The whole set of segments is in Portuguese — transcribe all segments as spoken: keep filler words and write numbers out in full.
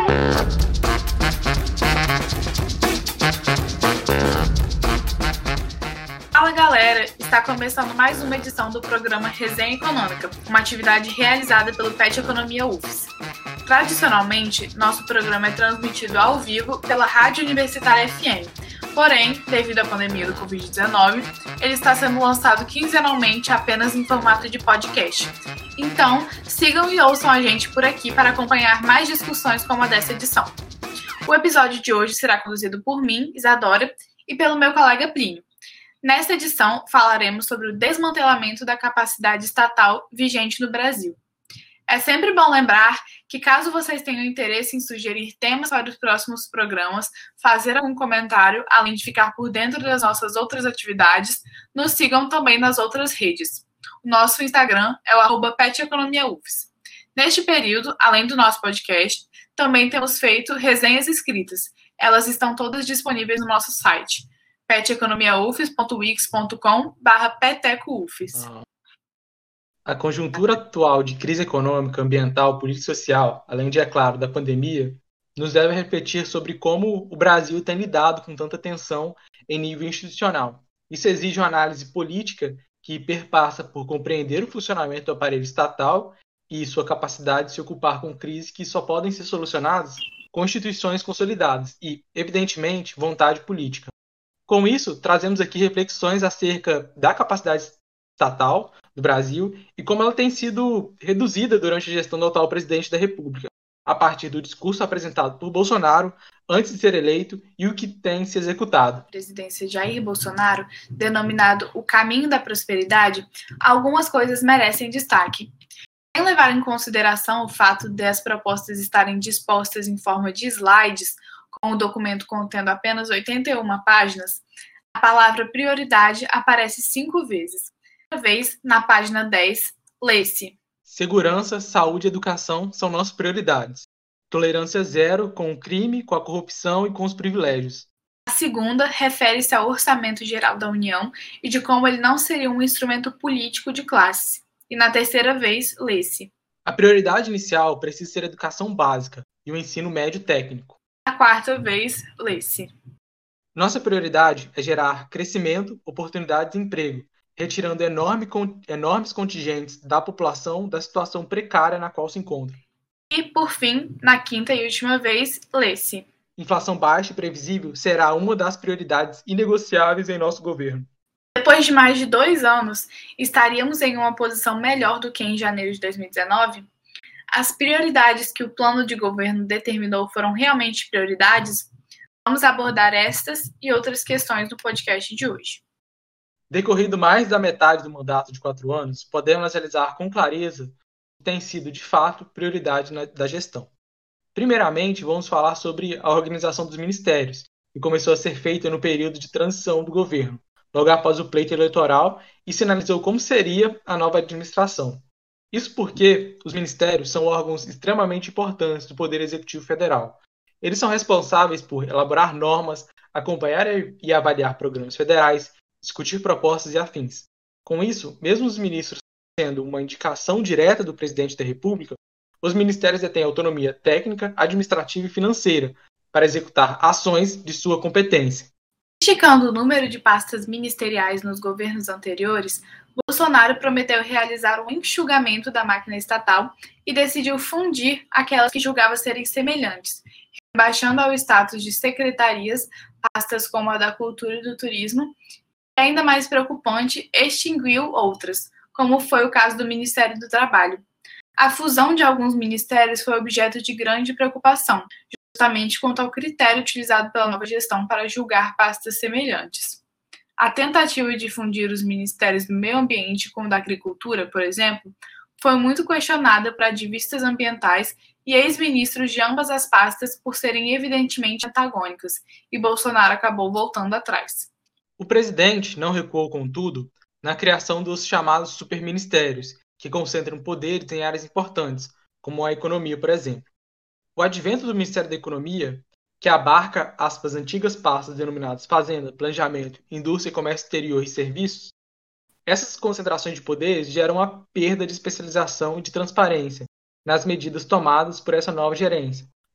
Fala galera, está começando mais uma edição do programa Resenha Econômica, uma atividade realizada pelo P E T Economia U F S. Tradicionalmente, nosso programa é transmitido ao vivo pela Rádio Universitária F M, porém, devido à pandemia do covid dezenove, ele está sendo lançado quinzenalmente apenas em formato de podcast. Então, sigam e ouçam a gente por aqui para acompanhar mais discussões como a dessa edição. O episódio de hoje será conduzido por mim, Isadora, e pelo meu colega Plínio. Nesta edição, falaremos sobre o desmantelamento da capacidade estatal vigente no Brasil. É sempre bom lembrar que, caso vocês tenham interesse em sugerir temas para os próximos programas, fazer algum comentário, além de ficar por dentro das nossas outras atividades, nos sigam também nas outras redes. O nosso Instagram é o arroba P E T Economia U F S. Neste período, além do nosso podcast, também temos feito resenhas escritas. Elas estão todas disponíveis no nosso site, pet economia u f s ponto wix ponto com barra petecufs. A conjuntura atual de crise econômica, ambiental, política e social, além de, é claro, da pandemia, nos deve refletir sobre como o Brasil tem lidado com tanta tensão em nível institucional. Isso exige uma análise política que perpassa por compreender o funcionamento do aparelho estatal e sua capacidade de se ocupar com crises que só podem ser solucionadas com instituições consolidadas e, evidentemente, vontade política. Com isso, trazemos aqui reflexões acerca da capacidade estatal do Brasil e como ela tem sido reduzida durante a gestão do atual presidente da República, a partir do discurso apresentado por Bolsonaro antes de ser eleito e o que tem se executado. A presidência de Jair Bolsonaro, denominado o caminho da prosperidade, algumas coisas merecem destaque. Sem levar em consideração o fato de as propostas estarem dispostas em forma de slides, com o documento contendo apenas oitenta e uma páginas, a palavra prioridade aparece cinco vezes. Uma vez, na página dez, lê-se: segurança, saúde e educação são nossas prioridades. Tolerância zero com o crime, com a corrupção e com os privilégios. A segunda refere-se ao Orçamento Geral da União e de como ele não seria um instrumento político de classes. E na terceira vez, lê-se: a prioridade inicial precisa ser a educação básica e o ensino médio técnico. A quarta vez, lê-se: nossa prioridade é gerar crescimento, oportunidades de emprego, retirando enorme, enormes contingentes da população da situação precária na qual se encontra. E, por fim, na quinta e última vez, lê-se: inflação baixa e previsível será uma das prioridades inegociáveis em nosso governo. Depois de mais de dois anos, estaríamos em uma posição melhor do que em janeiro de dois mil e dezenove? As prioridades que o plano de governo determinou foram realmente prioridades? Vamos abordar estas e outras questões no podcast de hoje. Decorrido mais da metade do mandato de quatro anos, podemos analisar com clareza o que tem sido, de fato, prioridade na, da gestão. Primeiramente, vamos falar sobre a organização dos ministérios, que começou a ser feita no período de transição do governo, logo após o pleito eleitoral, e sinalizou como seria a nova administração. Isso porque os ministérios são órgãos extremamente importantes do Poder Executivo Federal. Eles são responsáveis por elaborar normas, acompanhar e avaliar programas federais, discutir propostas e afins. Com isso, mesmo os ministros sendo uma indicação direta do presidente da República, os ministérios detêm autonomia técnica, administrativa e financeira para executar ações de sua competência. Criticando o número de pastas ministeriais nos governos anteriores, Bolsonaro prometeu realizar um enxugamento da máquina estatal e decidiu fundir aquelas que julgava serem semelhantes, rebaixando ao status de secretarias pastas como a da cultura e do turismo, e ainda mais preocupante, extinguiu outras, como foi o caso do Ministério do Trabalho. A fusão de alguns ministérios foi objeto de grande preocupação, justamente quanto ao critério utilizado pela nova gestão para julgar pastas semelhantes. A tentativa de fundir os ministérios do meio ambiente com o da agricultura, por exemplo, foi muito questionada por ativistas ambientais e ex-ministros de ambas as pastas por serem evidentemente antagônicas, e Bolsonaro acabou voltando atrás. O presidente não recuou, contudo, na criação dos chamados superministérios, que concentram poderes em áreas importantes, como a economia, por exemplo. O advento do Ministério da Economia, que abarca as antigas pastas denominadas Fazenda, Planejamento, Indústria, Comércio Exterior e Serviços, essas concentrações de poderes geram uma perda de especialização e de transparência nas medidas tomadas por essa nova gerência,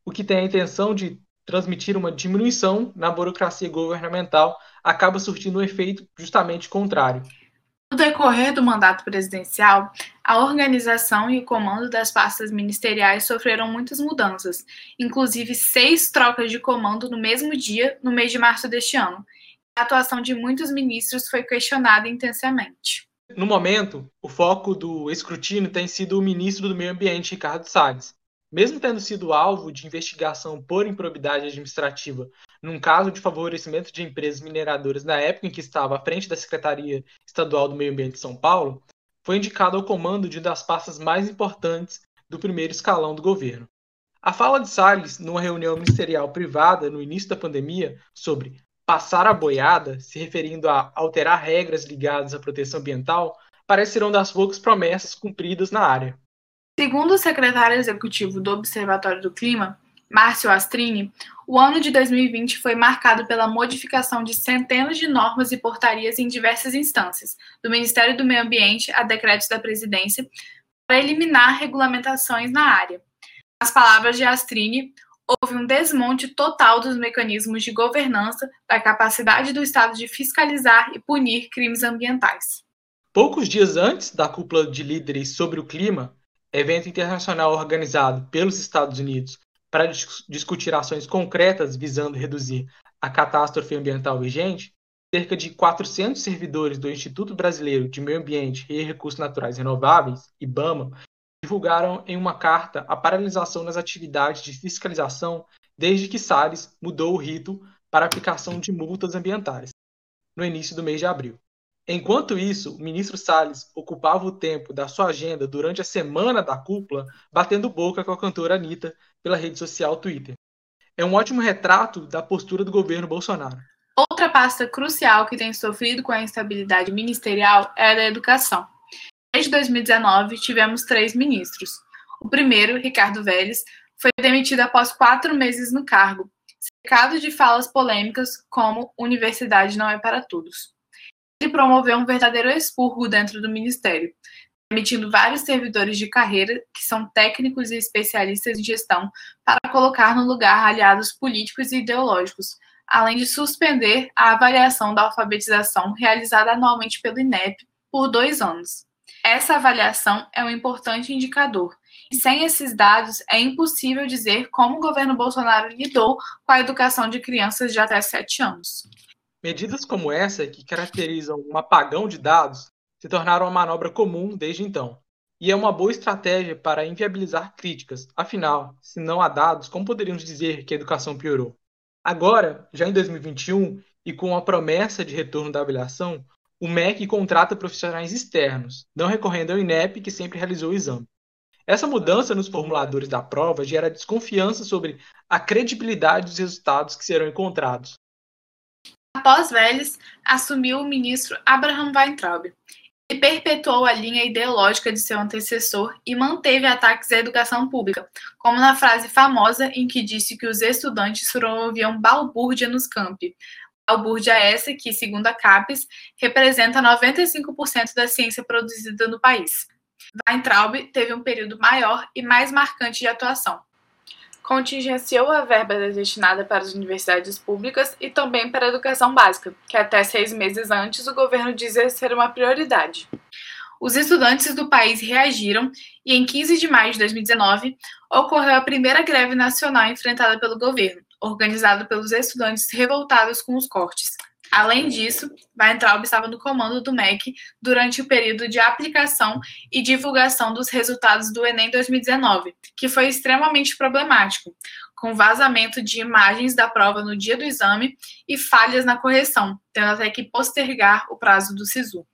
o que tem a intenção de transmitir uma diminuição na burocracia governamental, acaba surtindo um efeito justamente contrário. No decorrer do mandato presidencial, a organização e o comando das pastas ministeriais sofreram muitas mudanças, inclusive seis trocas de comando no mesmo dia, no mês de março deste ano. A atuação de muitos ministros foi questionada intensamente. No momento, o foco do escrutínio tem sido o ministro do Meio Ambiente, Ricardo Salles. Mesmo tendo sido alvo de investigação por improbidade administrativa num caso de favorecimento de empresas mineradoras na época em que estava à frente da Secretaria Estadual do Meio Ambiente de São Paulo, foi indicado ao comando de uma das pastas mais importantes do primeiro escalão do governo. A fala de Salles, numa reunião ministerial privada no início da pandemia, sobre passar a boiada, se referindo a alterar regras ligadas à proteção ambiental, parece ser uma das poucas promessas cumpridas na área. Segundo o secretário executivo do Observatório do Clima, Márcio Astrini, o ano de dois mil e vinte foi marcado pela modificação de centenas de normas e portarias em diversas instâncias, do Ministério do Meio Ambiente a decretos da Presidência, para eliminar regulamentações na área. Nas palavras de Astrini, houve um desmonte total dos mecanismos de governança, da capacidade do Estado de fiscalizar e punir crimes ambientais. Poucos dias antes da cúpula de líderes sobre o clima, evento internacional organizado pelos Estados Unidos para dis- discutir ações concretas visando reduzir a catástrofe ambiental vigente, cerca de quatrocentos servidores do Instituto Brasileiro de Meio Ambiente e Recursos Naturais Renováveis, IBAMA, divulgaram em uma carta a paralisação das atividades de fiscalização desde que Salles mudou o rito para a aplicação de multas ambientais, no início do mês de abril. Enquanto isso, o ministro Salles ocupava o tempo da sua agenda durante a semana da cúpula, batendo boca com a cantora Anitta pela rede social Twitter. É um ótimo retrato da postura do governo Bolsonaro. Outra pasta crucial que tem sofrido com a instabilidade ministerial é a da educação. Desde dois mil e dezenove, tivemos três ministros. O primeiro, Ricardo Vélez, foi demitido após quatro meses no cargo, cercado de falas polêmicas como "Universidade não é para todos". Ele promoveu um verdadeiro expurgo dentro do ministério, demitindo vários servidores de carreira, que são técnicos e especialistas em gestão, para colocar no lugar aliados políticos e ideológicos, além de suspender a avaliação da alfabetização realizada anualmente pelo INEP por dois anos. Essa avaliação é um importante indicador, e sem esses dados é impossível dizer como o governo Bolsonaro lidou com a educação de crianças de até sete anos. Medidas como essa, que caracterizam um apagão de dados, se tornaram uma manobra comum desde então. E é uma boa estratégia para inviabilizar críticas. Afinal, se não há dados, como poderíamos dizer que a educação piorou? Agora, já em dois mil e vinte e um, e com a promessa de retorno da avaliação, o M E C contrata profissionais externos, não recorrendo ao INEP, que sempre realizou o exame. Essa mudança nos formuladores da prova gera desconfiança sobre a credibilidade dos resultados que serão encontrados. Após Vélez, assumiu o ministro Abraham Weintraub. Ele perpetuou a linha ideológica de seu antecessor e manteve ataques à educação pública, como na frase famosa em que disse que os estudantes promoviam balbúrdia nos campi. Balbúrdia essa que, segundo a CAPES, representa noventa e cinco por cento da ciência produzida no país. Weintraub teve um período maior e mais marcante de atuação. Contingenciou a verba destinada para as universidades públicas e também para a educação básica, que até seis meses antes o governo dizia ser uma prioridade. Os estudantes do país reagiram e, em quinze de maio de dois mil e dezenove, ocorreu a primeira greve nacional enfrentada pelo governo, organizada pelos estudantes revoltados com os cortes. Além disso, Weintraub estava no comando do M E C durante o período de aplicação e divulgação dos resultados do Enem dois mil e dezenove, que foi extremamente problemático, com vazamento de imagens da prova no dia do exame e falhas na correção, tendo até que postergar o prazo do SISU.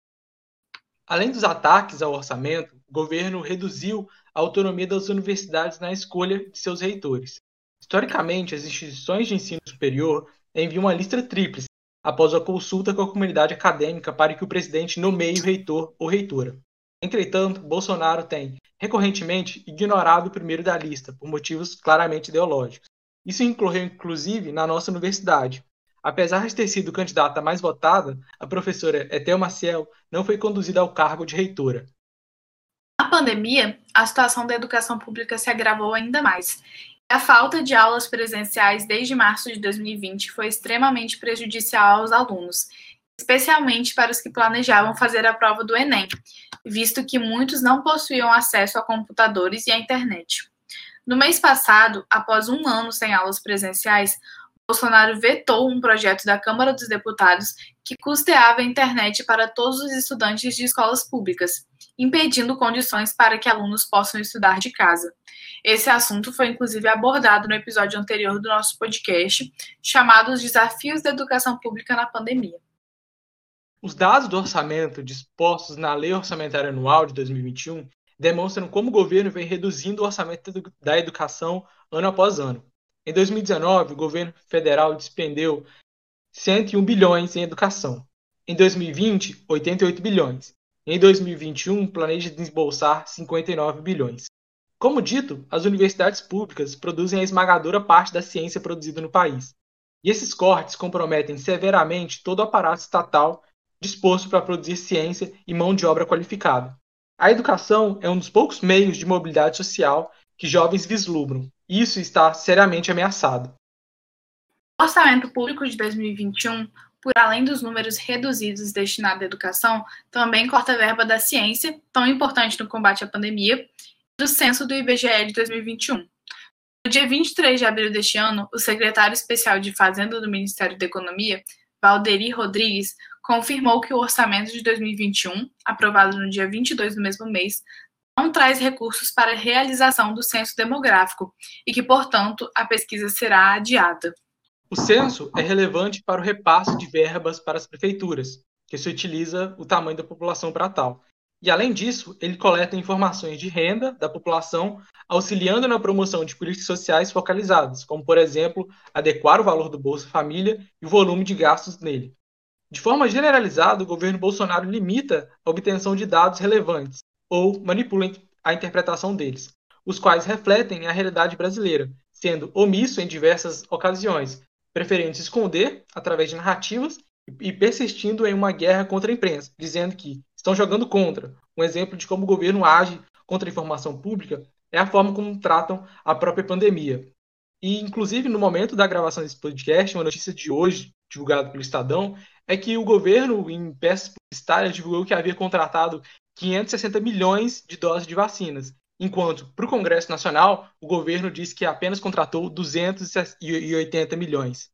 Além dos ataques ao orçamento, o governo reduziu a autonomia das universidades na escolha de seus reitores. Historicamente, as instituições de ensino superior enviam uma lista tríplice após a consulta com a comunidade acadêmica para que o presidente nomeie o reitor ou reitora. Entretanto, Bolsonaro tem, recorrentemente, ignorado o primeiro da lista, por motivos claramente ideológicos. Isso incorreu, inclusive, na nossa universidade. Apesar de ter sido candidata mais votada, a professora Etel Maciel não foi conduzida ao cargo de reitora. Na pandemia, a situação da educação pública se agravou ainda mais. A falta de aulas presenciais desde março de dois mil e vinte foi extremamente prejudicial aos alunos, especialmente para os que planejavam fazer a prova do Enem, visto que muitos não possuíam acesso a computadores e à internet. No mês passado, após um ano sem aulas presenciais, Bolsonaro vetou um projeto da Câmara dos Deputados que custeava a internet para todos os estudantes de escolas públicas, impedindo condições para que alunos possam estudar de casa. Esse assunto foi inclusive abordado no episódio anterior do nosso podcast, chamado Os Desafios da Educação Pública na Pandemia. Os dados do orçamento dispostos na Lei Orçamentária Anual de dois mil e vinte e um demonstram como o governo vem reduzindo o orçamento da educação ano após ano. Em dois mil e dezenove, o governo federal despendeu cento e um bilhões em educação. Em dois mil e vinte, oitenta e oito bilhões. Em dois mil e vinte e um, planeja desembolsar cinquenta e nove bilhões. Como dito, as universidades públicas produzem a esmagadora parte da ciência produzida no país. E esses cortes comprometem severamente todo o aparato estatal disposto para produzir ciência e mão de obra qualificada. A educação é um dos poucos meios de mobilidade social que jovens vislumbram, e isso está seriamente ameaçado. O orçamento público de dois mil e vinte e um, por além dos números reduzidos destinados à educação, também corta a verba da ciência, tão importante no combate à pandemia, e do censo do I B G E de dois mil e vinte e um. No dia vinte e três de abril deste ano, o secretário especial de Fazenda do Ministério da Economia, Valderi Rodrigues, confirmou que o orçamento de dois mil e vinte e um, aprovado no dia vinte e dois do mesmo mês, não traz recursos para a realização do censo demográfico e que, portanto, a pesquisa será adiada. O censo é relevante para o repasse de verbas para as prefeituras, que se utiliza o tamanho da população para tal. E, além disso, ele coleta informações de renda da população, auxiliando na promoção de políticas sociais focalizadas, como, por exemplo, adequar o valor do Bolsa Família e o volume de gastos nele. De forma generalizada, o governo Bolsonaro limita a obtenção de dados relevantes ou manipula a interpretação deles, os quais refletem a realidade brasileira, sendo omisso em diversas ocasiões, preferindo se esconder através de narrativas e persistindo em uma guerra contra a imprensa, dizendo que estão jogando contra. Um exemplo de como o governo age contra a informação pública é a forma como tratam a própria pandemia. E, inclusive, no momento da gravação desse podcast, uma notícia de hoje, divulgada pelo Estadão, é que o governo, em peças publicitárias, divulgou que havia contratado quinhentos e sessenta milhões de doses de vacinas, enquanto, para o Congresso Nacional, o governo disse que apenas contratou duzentos e oitenta milhões.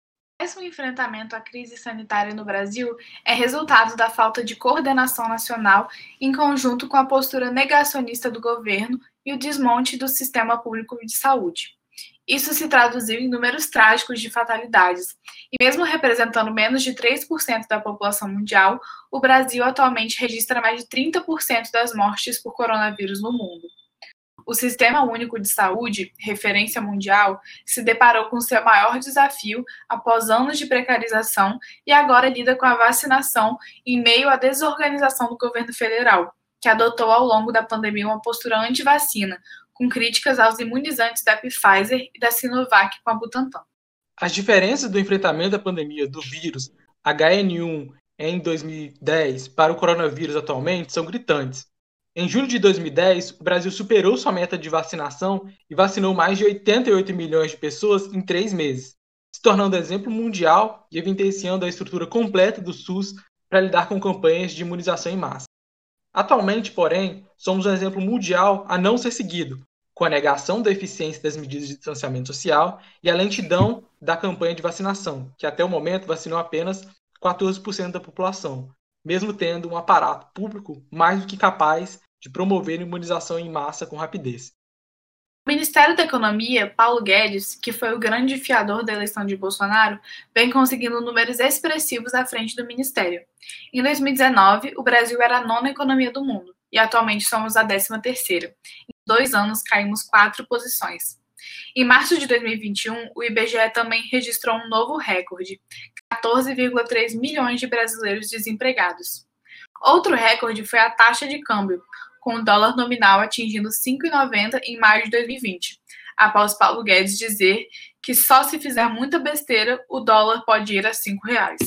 O enfrentamento à crise sanitária no Brasil é resultado da falta de coordenação nacional em conjunto com a postura negacionista do governo e o desmonte do sistema público de saúde. Isso se traduziu em números trágicos de fatalidades, e mesmo representando menos de três por cento da população mundial, o Brasil atualmente registra mais de trinta por cento das mortes por coronavírus no mundo. O Sistema Único de Saúde, referência mundial, se deparou com seu maior desafio após anos de precarização e agora lida com a vacinação em meio à desorganização do governo federal, que adotou ao longo da pandemia uma postura anti-vacina, com críticas aos imunizantes da Pfizer e da Sinovac com a Butantan. As diferenças do enfrentamento da pandemia do vírus H N um em dois mil e dez para o coronavírus atualmente são gritantes. Em julho de dois mil e dez, o Brasil superou sua meta de vacinação e vacinou mais de oitenta e oito milhões de pessoas em três meses, se tornando exemplo mundial e evidenciando a estrutura completa do SUS para lidar com campanhas de imunização em massa. Atualmente, porém, somos um exemplo mundial a não ser seguido, com a negação da eficiência das medidas de distanciamento social e a lentidão da campanha de vacinação, que até o momento vacinou apenas quatorze por cento da população, mesmo tendo um aparato público mais do que capaz de promover a imunização em massa com rapidez. O Ministério da Economia, Paulo Guedes, que foi o grande fiador da eleição de Bolsonaro, vem conseguindo números expressivos à frente do Ministério. Em dois mil e dezenove, o Brasil era a nona economia do mundo, e atualmente somos a décima terceira. Em dois anos, caímos quatro posições. Em março de dois mil e vinte e um, o I B G E também registrou um novo recorde, quatorze vírgula três milhões de brasileiros desempregados. Outro recorde foi a taxa de câmbio, com o dólar nominal atingindo cinco reais e noventa centavos em maio de dois mil e vinte, após Paulo Guedes dizer que só se fizer muita besteira o dólar pode ir a cinco reais.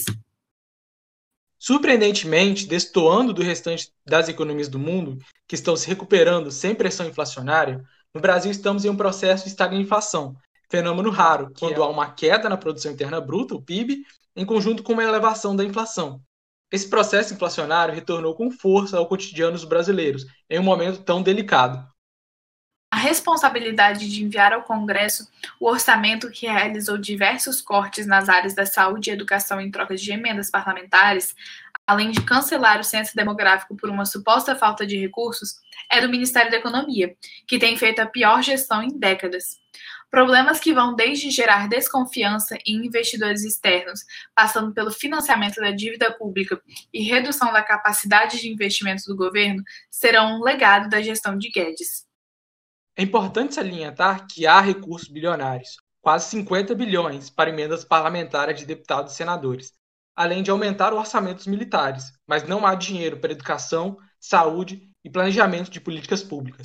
Surpreendentemente, destoando do restante das economias do mundo, que estão se recuperando sem pressão inflacionária, No Brasil, estamos em um processo de estagflação, fenômeno raro, quando há uma queda na produção interna bruta, o P I B, em conjunto com uma elevação da inflação. Esse processo inflacionário retornou com força ao cotidiano dos brasileiros, em um momento tão delicado. A responsabilidade de enviar ao Congresso o orçamento que realizou diversos cortes nas áreas da saúde e educação em troca de emendas parlamentares, além de cancelar o censo demográfico por uma suposta falta de recursos, é do Ministério da Economia, que tem feito a pior gestão em décadas. Problemas que vão desde gerar desconfiança em investidores externos, passando pelo financiamento da dívida pública e redução da capacidade de investimento do governo, serão um legado da gestão de Guedes. É importante salientar que há recursos bilionários, quase cinquenta bilhões, para emendas parlamentares de deputados e senadores, além de aumentar o orçamento dos militares, mas não há dinheiro para educação, saúde e planejamento de políticas públicas.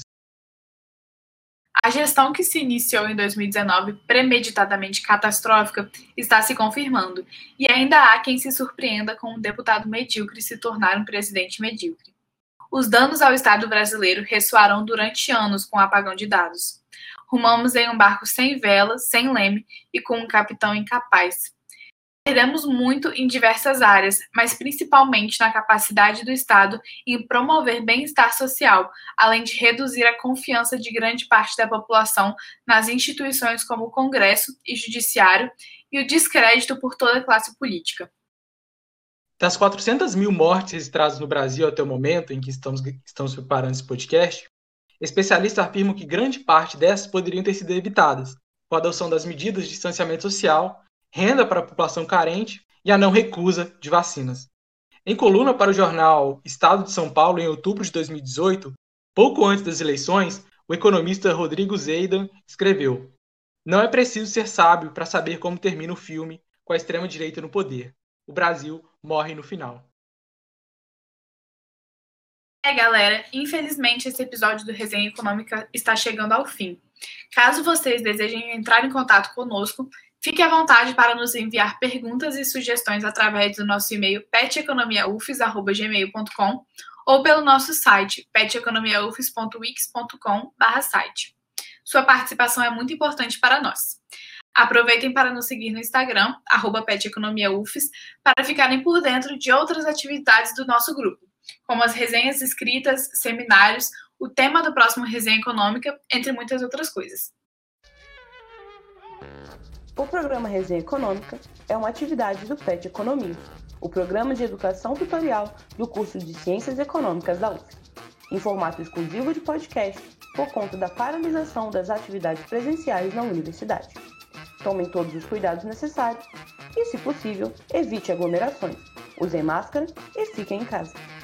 A gestão que se iniciou em dois mil e dezenove, premeditadamente catastrófica, está se confirmando, e ainda há quem se surpreenda com um deputado medíocre se tornar um presidente medíocre. Os danos ao Estado brasileiro ressoarão durante anos com o apagão de dados. Rumamos em um barco sem vela, sem leme e com um capitão incapaz. Perdemos muito em diversas áreas, mas principalmente na capacidade do Estado em promover bem-estar social, além de reduzir a confiança de grande parte da população nas instituições como o Congresso e Judiciário e o descrédito por toda a classe política. Das quatrocentas mil mortes registradas no Brasil até o momento em que estamos, estamos preparando esse podcast, especialistas afirmam que grande parte dessas poderiam ter sido evitadas com a adoção das medidas de distanciamento social, renda para a população carente e a não recusa de vacinas. Em coluna para o jornal Estado de São Paulo, em outubro de dois mil e dezoito, pouco antes das eleições, o economista Rodrigo Zeidan escreveu: "Não é preciso ser sábio para saber como termina o filme com a extrema-direita no poder. O Brasil morre no final." É, galera, infelizmente esse episódio do Resenha Econômica está chegando ao fim. Caso vocês desejem entrar em contato conosco, fique à vontade para nos enviar perguntas e sugestões através do nosso e-mail pet economia u f s arroba gmail ponto com ou pelo nosso site pet economia u f s ponto wix ponto com barra site. Sua participação é muito importante para nós. Aproveitem para nos seguir no Instagram, arroba pet economia u f s, para ficarem por dentro de outras atividades do nosso grupo, como as resenhas escritas, seminários, o tema do próximo Resenha Econômica, entre muitas outras coisas. O programa Resenha Econômica é uma atividade do Pet Economia, o programa de educação tutorial do curso de Ciências Econômicas da U F S, em formato exclusivo de podcast por conta da paralisação das atividades presenciais na universidade. Tomem todos os cuidados necessários e, se possível, evite aglomerações. Usem máscara e fiquem em casa.